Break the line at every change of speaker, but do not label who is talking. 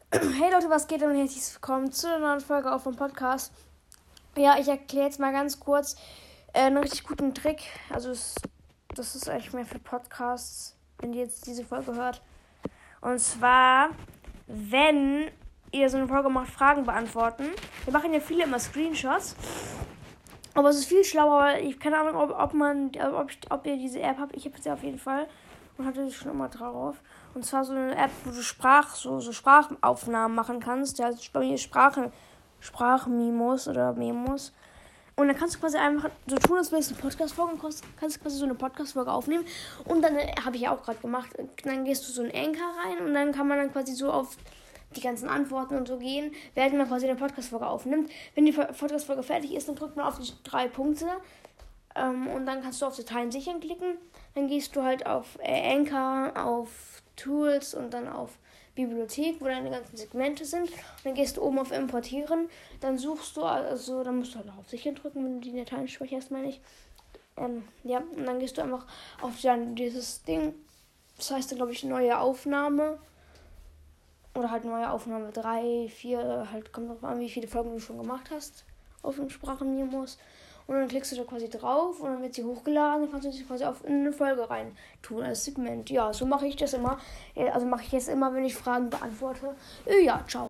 Hey Leute, was geht und herzlich willkommen zu einer neuen Folge auf dem Podcast. Ja, ich erkläre jetzt mal ganz kurz einen richtig guten Trick. Also das ist eigentlich mehr für Podcasts, wenn ihr jetzt diese Folge hört. Und zwar, wenn ihr so eine Folge macht, Fragen beantworten. Wir machen ja viele immer Screenshots. Aber es ist viel schlauer, weil ich keine Ahnung, ob ihr diese App habt. Ich habe sie auf jeden Fall und hatte sie schon immer drauf. Und zwar so eine App, wo du Sprachaufnahmen machen kannst. Ja, also bei mir Sprachmemos oder Memos. Und dann kannst du quasi einfach so tun, als wäre es eine Podcast-Folge und kannst quasi so eine Podcast-Folge aufnehmen. Und dann habe ich ja auch gerade gemacht. Dann gehst du so in Anchor rein und dann kann man dann quasi so auf die ganzen Antworten und so gehen, während man quasi eine Podcast-Folge aufnimmt. Wenn die Podcast-Folge fertig ist, dann drückt man auf die 3 Punkte und dann kannst du auf Dateien sichern klicken. Dann gehst du halt auf Anchor, auf Tools und dann auf Bibliothek, wo deine ganzen Segmente sind. Und dann gehst du oben auf Importieren. Dann suchst du, dann musst du halt auf Sichern drücken, wenn du die Dateien speicherst, meine ich. Ja, und dann gehst du einfach auf dieses Ding. Das heißt dann, glaube ich, neue Aufnahme. Oder halt neue Aufnahme 3, 4, halt kommt drauf an, wie viele Folgen du schon gemacht hast auf dem Sprachmemos. Und dann klickst du da quasi drauf und dann wird sie hochgeladen, dann kannst du sie quasi in eine Folge rein tun als Segment. Ja, so mache ich das immer. Also mache ich jetzt immer, wenn ich Fragen beantworte. Ja, ciao.